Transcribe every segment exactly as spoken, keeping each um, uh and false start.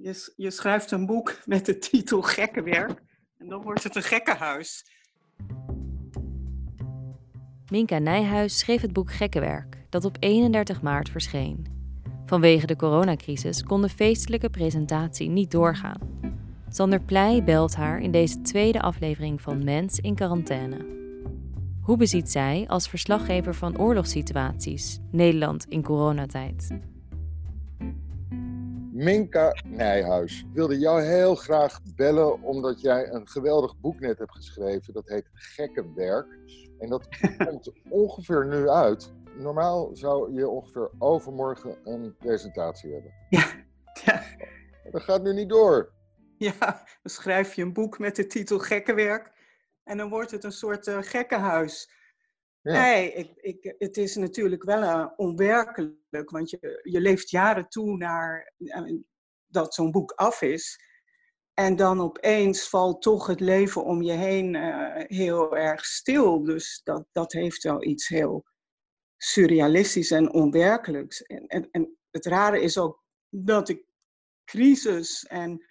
Je, s- je schrijft een boek met de titel Gekkenwerk en dan wordt het een gekkenhuis. Minka Nijhuis schreef het boek Gekkenwerk, dat op eenendertig maart verscheen. Vanwege de coronacrisis kon de feestelijke presentatie niet doorgaan. Sander Pleij belt haar in deze tweede aflevering van Mens in Quarantaine. Hoe beziet zij als verslaggever van oorlogssituaties Nederland in coronatijd? Minka Nijhuis, ik wilde jou heel graag bellen omdat jij een geweldig boek net hebt geschreven. Dat heet Gekkenwerk. En dat komt ongeveer nu uit. Normaal zou je ongeveer overmorgen een presentatie hebben. Ja, ja, Dat gaat nu niet door. ja, dan schrijf je een boek met de titel Gekkenwerk en dan wordt het een soort uh, gekkenhuis. Ja. Nee, ik, ik, het is natuurlijk wel uh, onwerkelijk, want je, je leeft jaren toe naar uh, dat zo'n boek af is. En dan opeens valt toch het leven om je heen uh, heel erg stil. Dus dat, dat heeft wel iets heel surrealistisch en onwerkelijks. En, en, en het rare is ook dat ik crisis en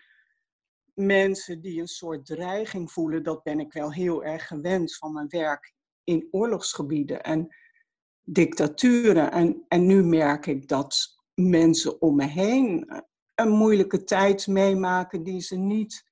mensen die een soort dreiging voelen, dat ben ik wel heel erg gewend van mijn werk in oorlogsgebieden en dictaturen. En, en nu merk ik dat mensen om me heen een moeilijke tijd meemaken die ze niet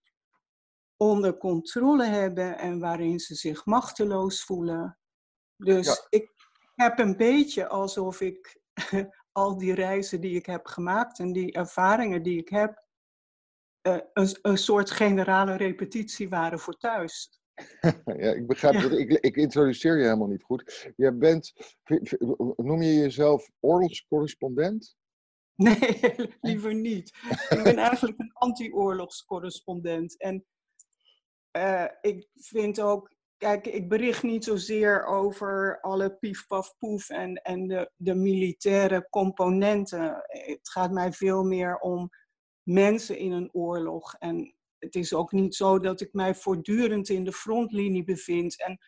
onder controle hebben en waarin ze zich machteloos voelen. Dus ja. Ik heb een beetje alsof ik al die reizen die ik heb gemaakt en die ervaringen die ik heb, uh, een, een soort generale repetitie waren voor thuis. Ja, ik begrijp ja. dat. Ik, ik introduceer je helemaal niet goed. Je bent, noem je jezelf oorlogscorrespondent? Nee, liever niet. Ik ben eigenlijk een anti-oorlogscorrespondent. En uh, ik vind ook, kijk, ik bericht niet zozeer over alle pief, paf, poef en, en de, de militaire componenten. Het gaat mij veel meer om mensen in een oorlog. En het is ook niet zo dat ik mij voortdurend in de frontlinie bevind. En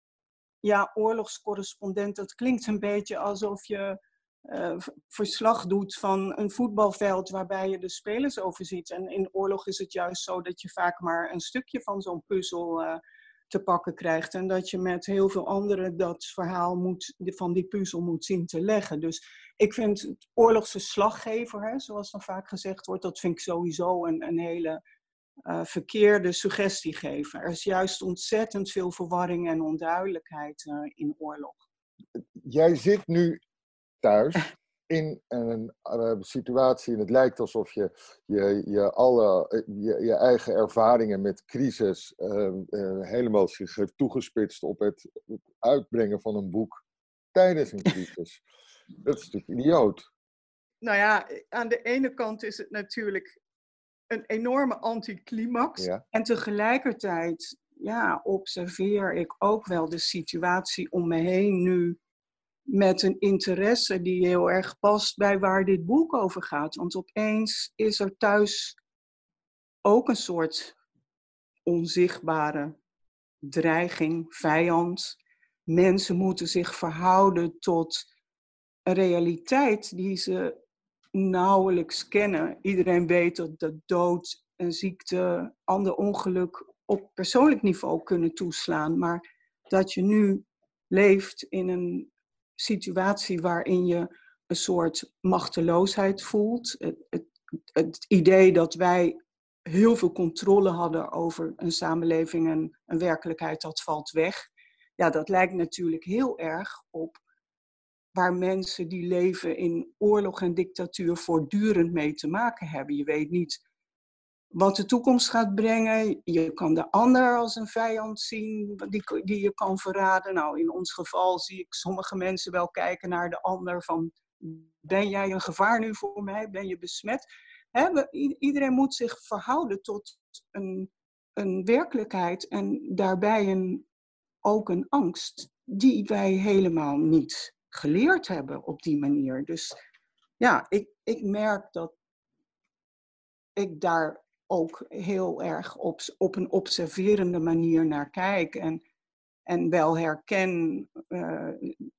ja, oorlogscorrespondent, dat klinkt een beetje alsof je uh, verslag doet van een voetbalveld waarbij je de spelers overziet. En in oorlog is het juist zo dat je vaak maar een stukje van zo'n puzzel uh, te pakken krijgt. En dat je met heel veel anderen dat verhaal moet, van die puzzel moet zien te leggen. Dus ik vind het oorlogsverslaggever, hè, zoals dan vaak gezegd wordt, dat vind ik sowieso een, een hele uh, verkeerde suggestiegever. Er is juist ontzettend veel verwarring en onduidelijkheid uh, in oorlog. Jij zit nu thuis in een uh, situatie en het lijkt alsof je je, je, alle, je, je eigen ervaringen met crisis uh, uh, helemaal zich heeft toegespitst op het, het uitbrengen van een boek tijdens een crisis. Dat is natuurlijk idioot. Nou ja, aan de ene kant is het natuurlijk een enorme anticlimax. Ja. En tegelijkertijd ja, observeer ik ook wel de situatie om me heen nu met een interesse die heel erg past bij waar dit boek over gaat. Want opeens is er thuis ook een soort onzichtbare dreiging, vijand. Mensen moeten zich verhouden tot een realiteit die ze nauwelijks kennen. Iedereen weet dat de dood en ziekte, ander ongeluk op persoonlijk niveau kunnen toeslaan. Maar dat je nu leeft in een situatie waarin je een soort machteloosheid voelt. Het, het, het idee dat wij heel veel controle hadden over een samenleving en een werkelijkheid, dat valt weg. Ja, dat lijkt natuurlijk heel erg op waar mensen die leven in oorlog en dictatuur voortdurend mee te maken hebben. Je weet niet wat de toekomst gaat brengen. Je kan de ander als een vijand zien die, die je kan verraden. Nou, in ons geval zie ik sommige mensen wel kijken naar de ander van, ben jij een gevaar nu voor mij? Ben je besmet? He, we, iedereen moet zich verhouden tot een, een werkelijkheid en daarbij een, ook een angst die wij helemaal niet geleerd hebben op die manier. Dus ja, ik, ik merk dat ik daar ook heel erg op, op een observerende manier naar kijk. En, en wel herken uh,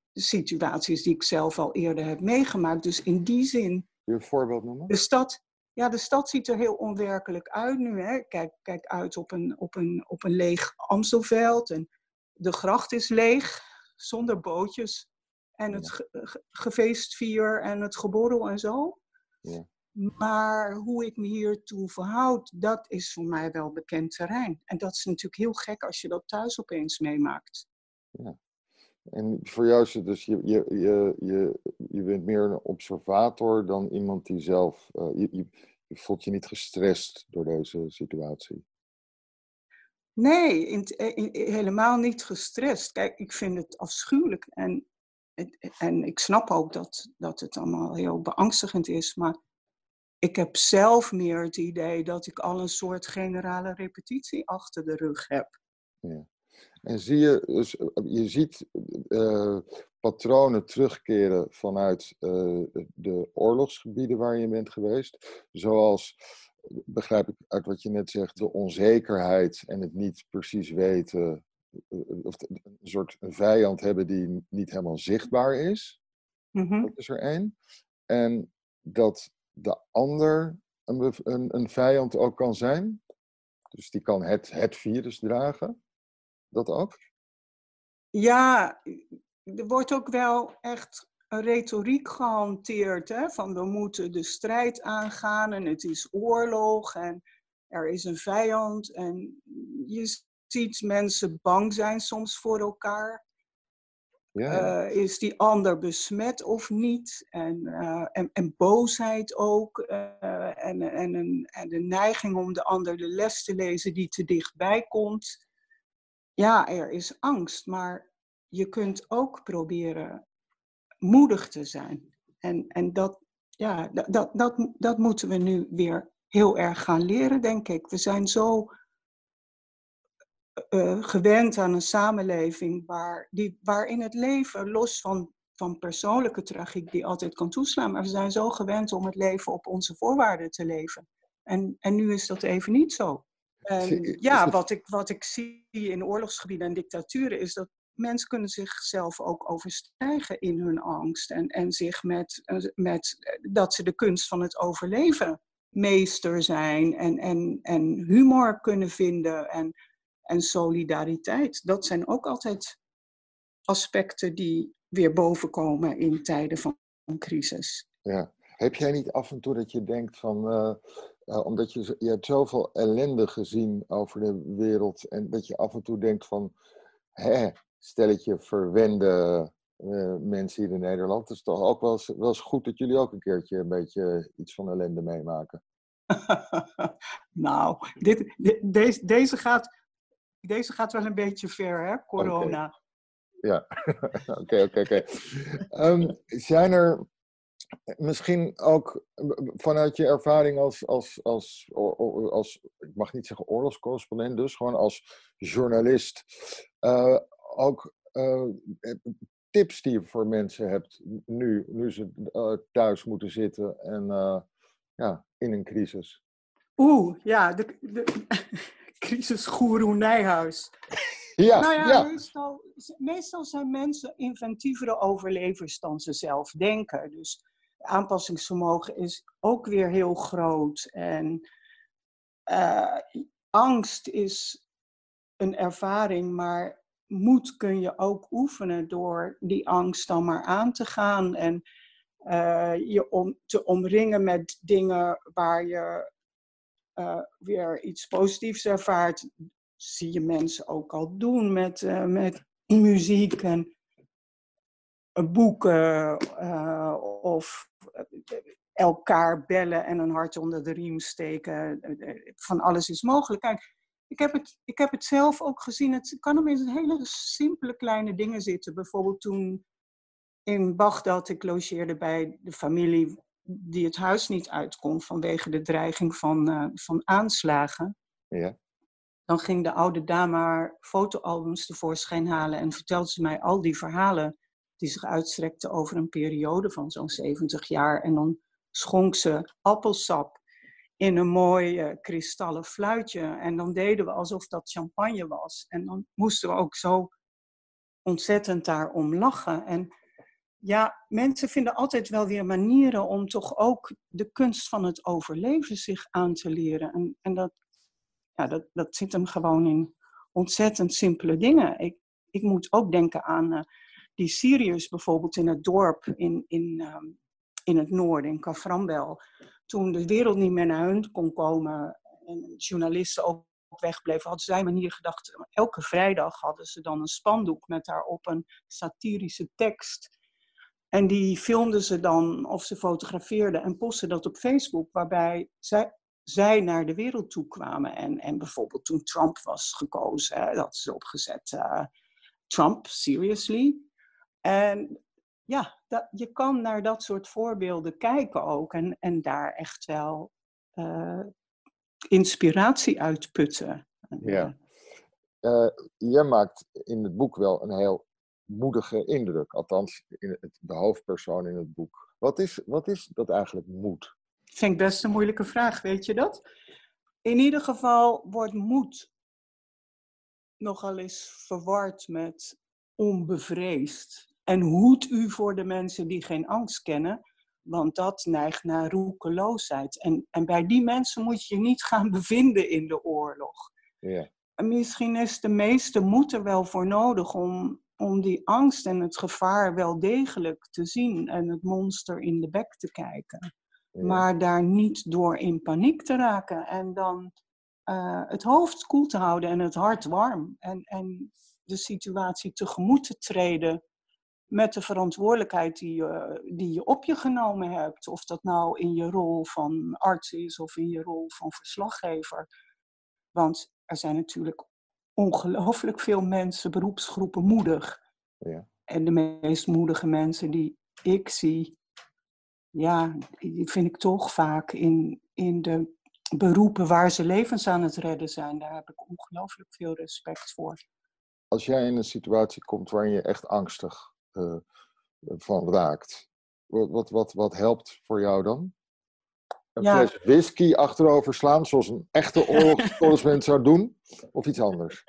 situaties die ik zelf al eerder heb meegemaakt. Dus in die zin... Kun je een voorbeeld noemen? De stad... ja, de stad ziet er heel onwerkelijk uit nu. Hè. Kijk, kijk uit op een, op, een, op een leeg Amstelveld. En de gracht is leeg, zonder bootjes. En het ge, ge, gefeestvier en het geborrel en zo. Ja. Maar hoe ik me hiertoe verhoud, dat is voor mij wel bekend terrein. En dat is natuurlijk heel gek als je dat thuis opeens meemaakt. Ja. En voor jou is het dus, je, je, je, je, je bent meer een observator dan iemand die zelf, uh, je, je, je voelt je niet gestrest door deze situatie. Nee, in, in, helemaal niet gestrest. Kijk, ik vind het afschuwelijk. En, en ik snap ook dat, dat het allemaal heel beangstigend is. Maar ik heb zelf meer het idee dat ik al een soort generale repetitie achter de rug heb. Ja. En zie je, dus, je ziet uh, patronen terugkeren vanuit uh, de oorlogsgebieden waar je bent geweest. Zoals, begrijp ik uit wat je net zegt, de onzekerheid en het niet precies weten. Of een soort vijand hebben die niet helemaal zichtbaar is. Mm-hmm. Dat is er één. En dat de ander een, een, een vijand ook kan zijn. Dus die kan het, het virus dragen. Dat ook? Ja, er wordt ook wel echt een retoriek gehanteerd. Hè? Van we moeten de strijd aangaan en het is oorlog en er is een vijand. En je ziet mensen bang zijn soms voor elkaar. Ja, ja. Uh, is die ander besmet of niet? En, uh, en, en boosheid ook. Uh, en, en, een, en de neiging om de ander de les te lezen die te dichtbij komt. Ja, er is angst, maar je kunt ook proberen moedig te zijn. En, en dat, ja, dat, dat, dat, dat moeten we nu weer heel erg gaan leren, denk ik. We zijn zo uh, gewend aan een samenleving waar, die, waarin het leven, los van, van persoonlijke tragiek die altijd kan toeslaan, maar we zijn zo gewend om het leven op onze voorwaarden te leven. En, en nu is dat even niet zo. En ja, wat ik, wat ik zie in oorlogsgebieden en dictaturen is dat mensen kunnen zichzelf ook overstijgen in hun angst. En, en zich met, met dat ze de kunst van het overleven meester zijn. En, en, en humor kunnen vinden en, en solidariteit. Dat zijn ook altijd aspecten die weer bovenkomen in tijden van een crisis. Ja. Heb jij niet af en toe dat je denkt van... Uh... Uh, omdat je, je hebt zoveel ellende gezien over de wereld en dat je af en toe denkt van, hè, stelletje verwende uh, mensen hier in Nederland. Het is toch ook wel eens, wel eens goed dat jullie ook een keertje een beetje iets van ellende meemaken. Nou, dit, dit, deze, deze, gaat, deze gaat wel een beetje ver, hè, corona. Okay. Ja, oké, oké, oké. Zijn er... Misschien ook vanuit je ervaring als, als, als, als, als, ik mag niet zeggen oorlogscorrespondent, dus gewoon als journalist, uh, ook uh, tips die je voor mensen hebt nu, nu ze uh, thuis moeten zitten en uh, ja, in een crisis? Oeh, ja, de, de crisisgoeroe Nijhuis. Ja, nou ja, ja. Meestal, meestal zijn mensen inventievere overlevers dan ze zelf denken. Dus aanpassingsvermogen is ook weer heel groot. En uh, angst is een ervaring, maar moed kun je ook oefenen door die angst dan maar aan te gaan. En uh, je om, te omringen met dingen waar je uh, weer iets positiefs ervaart. Zie je mensen ook al doen met, uh, met muziek en boeken uh, of elkaar bellen en een hart onder de riem steken. Van alles is mogelijk. Kijk, ik heb het, ik heb het zelf ook gezien. Het kan hem in hele simpele kleine dingen zitten. Bijvoorbeeld toen in Bagdad ik logeerde bij de familie die het huis niet uit kon vanwege de dreiging van, uh, van aanslagen. Ja. Dan ging de oude dame haar fotoalbums tevoorschijn halen en vertelde ze mij al die verhalen die zich uitstrekten over een periode van zo'n zeventig jaar. En dan schonk ze appelsap in een mooi uh, kristallen fluitje. En dan deden we alsof dat champagne was. En dan moesten we ook zo ontzettend daarom lachen. En ja, mensen vinden altijd wel weer manieren om toch ook de kunst van het overleven zich aan te leren. En, en dat, ja, dat, dat zit hem gewoon in ontzettend simpele dingen. Ik, ik moet ook denken aan uh, die Syriërs bijvoorbeeld in het dorp in, in, um, in het noorden, in Kaframbel. Toen de wereld niet meer naar hun kon komen en journalisten ook wegbleven, hadden zij manier gedacht. Elke vrijdag hadden ze dan een spandoek met daarop een satirische tekst. En die filmden ze dan, of ze fotografeerden en postten dat op Facebook, waarbij zij, zij naar de wereld toe kwamen. En, en bijvoorbeeld toen Trump was gekozen, hè, dat hadden ze opgezet, uh, Trump, seriously. En ja, dat, je kan naar dat soort voorbeelden kijken ook en, en daar echt wel uh, inspiratie uit putten. Ja. Uh, je maakt in het boek wel een heel moedige indruk, althans in het, de hoofdpersoon in het boek. Wat is, wat is dat eigenlijk moed? Vind ik best een moeilijke vraag, weet je dat? In ieder geval wordt moed nogal eens verward met onbevreesd. En hoed u voor de mensen die geen angst kennen, want dat neigt naar roekeloosheid. En, en bij die mensen moet je je niet gaan bevinden in de oorlog. Ja. En misschien is de meeste moed er wel voor nodig om, om die angst en het gevaar wel degelijk te zien en het monster in de bek te kijken. Ja. Maar daar niet door in paniek te raken en dan uh, het hoofd koel te houden en het hart warm. En, en de situatie tegemoet te treden met de verantwoordelijkheid die je, die je op je genomen hebt. Of dat nou in je rol van arts is of in je rol van verslaggever. Want er zijn natuurlijk ongelooflijk veel mensen, beroepsgroepen, moedig. Ja. En de meest moedige mensen die ik zie, ja, die vind ik toch vaak in, in de beroepen waar ze levens aan het redden zijn. Daar heb ik ongelooflijk veel respect voor. Als jij in een situatie komt waarin je echt angstig uh, van raakt, wat, wat, wat, wat helpt voor jou dan? Een ja. fles whisky achterover slaan, zoals een echte oorlogscorrespondent zou doen? Of iets anders?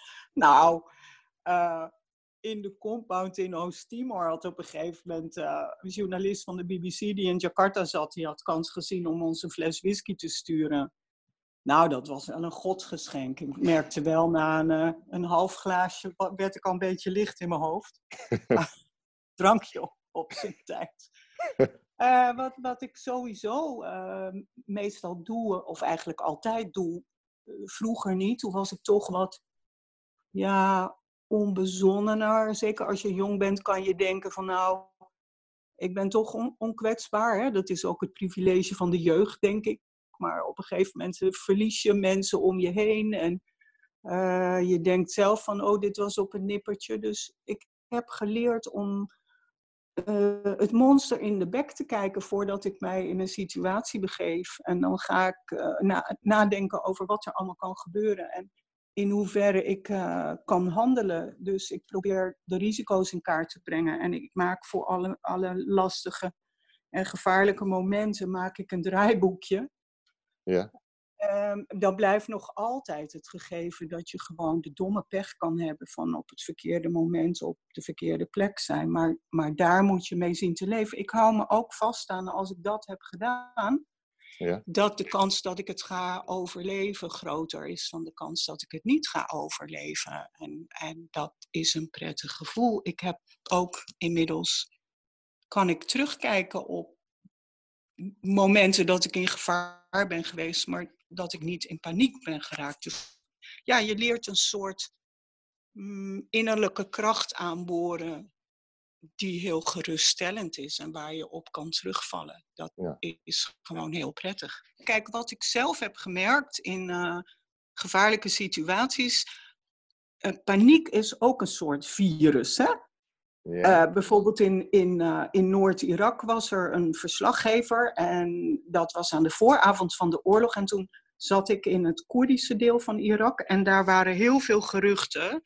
Nou, uh, in de compound in Oost-Timor had op een gegeven moment uh, een journalist van de B B C die in Jakarta zat, die had kans gezien om ons een fles whisky te sturen. Nou, dat was wel een godsgeschenk. Ik merkte wel na een, uh, een half glaasje, werd ik al een beetje licht in mijn hoofd. Drankje op, op zijn tijd. Uh, wat, wat ik sowieso uh, meestal doe, of eigenlijk altijd doe, uh, vroeger niet. Toen was ik toch wat ja, onbezonnener. Zeker als je jong bent kan je denken van nou, ik ben toch on- onkwetsbaar. Hè? Dat is ook het privilege van de jeugd, denk ik. Maar op een gegeven moment verlies je mensen om je heen. En uh, je denkt zelf van oh, dit was op een nippertje. Dus ik heb geleerd om Uh, het monster in de bek te kijken voordat ik mij in een situatie begeef. En dan ga ik uh, na- nadenken over wat er allemaal kan gebeuren en in hoeverre ik uh, kan handelen. Dus ik probeer de risico's in kaart te brengen en ik maak voor alle, alle lastige en gevaarlijke momenten maak ik een draaiboekje. Ja. Um, dan blijft nog altijd het gegeven dat je gewoon de domme pech kan hebben van op het verkeerde moment op de verkeerde plek zijn. Maar, maar daar moet je mee zien te leven. Ik hou me ook vast aan als ik dat heb gedaan, ja. dat de kans dat ik het ga overleven groter is dan de kans dat ik het niet ga overleven. En, en dat is een prettig gevoel. Ik heb ook inmiddels, kan ik terugkijken op momenten dat ik in gevaar ben geweest, maar dat ik niet in paniek ben geraakt. Dus ja, je leert een soort mm, innerlijke kracht aanboren die heel geruststellend is en waar je op kan terugvallen. Dat ja. is gewoon heel prettig. Kijk, wat ik zelf heb gemerkt in uh, gevaarlijke situaties, uh, paniek is ook een soort virus, hè? Ja. Uh, bijvoorbeeld in, in, uh, in Noord-Irak was er een verslaggever en dat was aan de vooravond van de oorlog. En toen zat ik in het Koerdische deel van Irak en daar waren heel veel geruchten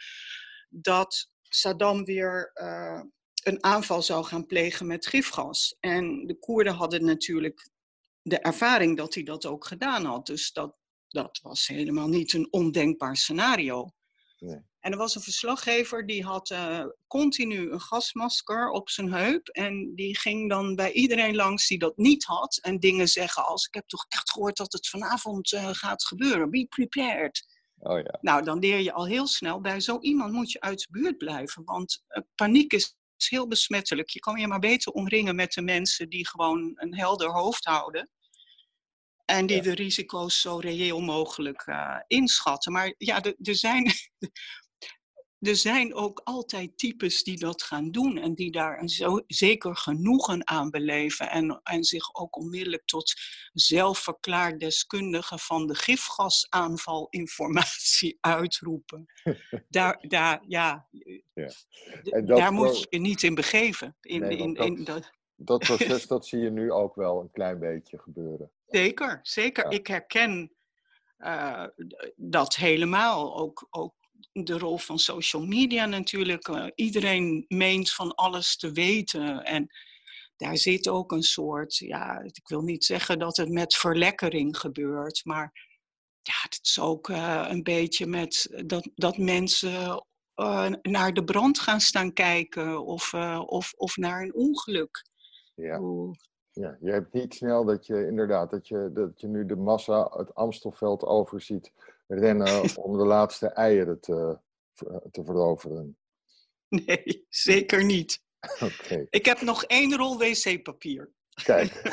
dat Saddam weer uh, een aanval zou gaan plegen met gifgas. En de Koerden hadden natuurlijk de ervaring dat hij dat ook gedaan had. Dus dat, dat was helemaal niet een ondenkbaar scenario. Nee. En er was een verslaggever die had uh, continu een gasmasker op zijn heup. En die ging dan bij iedereen langs die dat niet had. En dingen zeggen als, ik heb toch echt gehoord dat het vanavond uh, gaat gebeuren. Be prepared. Oh ja. Nou, dan leer je al heel snel, bij zo iemand moet je uit de buurt blijven. Want uh, paniek is, is heel besmettelijk. Je kan je maar beter omringen met de mensen die gewoon een helder hoofd houden. En die ja. de risico's zo reëel mogelijk uh, inschatten. Maar ja, er zijn... Er zijn ook altijd types die dat gaan doen en die daar een zo, zeker genoegen aan beleven en, en zich ook onmiddellijk tot zelfverklaard deskundige van de gifgasaanvalinformatie uitroepen. Daar, daar, ja, ja. En dat daar pro- moet je je niet in begeven. In, nee, in, dat, in dat... dat proces dat zie je nu ook wel een klein beetje gebeuren. Zeker, zeker. Ja. Ik herken uh, dat helemaal ook. ook de rol van social media natuurlijk. Uh, iedereen meent van alles te weten. En daar zit ook een soort, ja, ik wil niet zeggen dat het met verlekkering gebeurt, maar ja, het is ook uh, een beetje met dat, dat mensen uh, naar de brand gaan staan kijken of, uh, of, of naar een ongeluk. Ja. Ja, je hebt niet snel dat je inderdaad, dat je, dat je nu de massa het Amstelveld overziet rennen om de laatste eieren te, te veroveren. Nee, zeker niet. Okay. Ik heb nog één rol wc-papier. Kijk.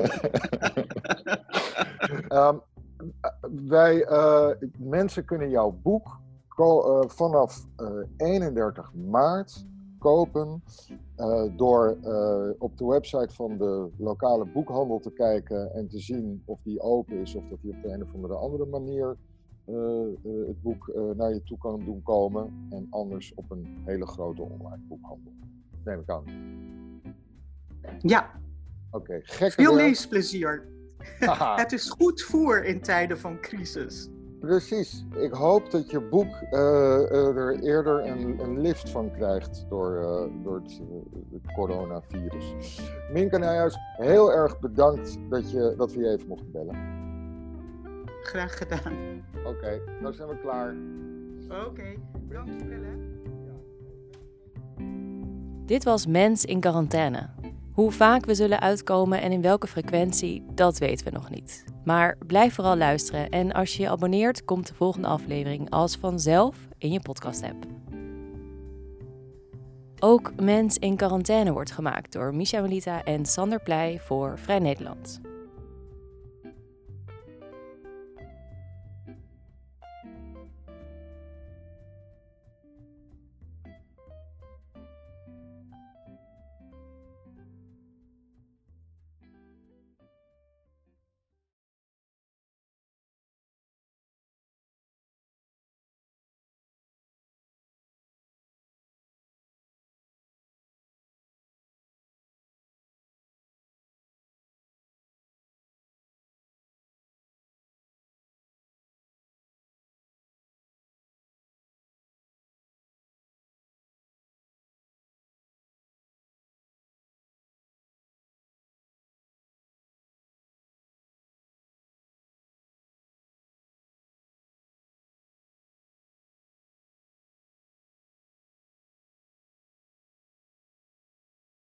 um, wij, uh, mensen kunnen jouw boek ko- uh, vanaf uh, eenendertig maart kopen uh, door uh, op de website van de lokale boekhandel te kijken en te zien of die open is of dat die op de een of andere, andere manier uh, uh, het boek uh, naar je toe kan doen komen en anders op een hele grote online boekhandel. Neem ik aan. Ja. Oké, okay. Veel leesplezier. Het is goed voer in tijden van crisis. Precies. Ik hoop dat je boek uh, er eerder een, een lift van krijgt door, uh, door het, uh, het coronavirus. Minke Nijhuis, heel erg bedankt dat, je, dat we je even mochten bellen. Graag gedaan. Oké, okay, nou zijn we klaar. Oké, okay, dankjewel hè. Dit was Mens in Quarantaine. Hoe vaak we zullen uitkomen en in welke frequentie, dat weten we nog niet. Maar blijf vooral luisteren en als je je abonneert, komt de volgende aflevering als vanzelf in je podcast-app. Ook Mens in Quarantaine wordt gemaakt door Misha Melita en Sander Pleij voor Vrij Nederland.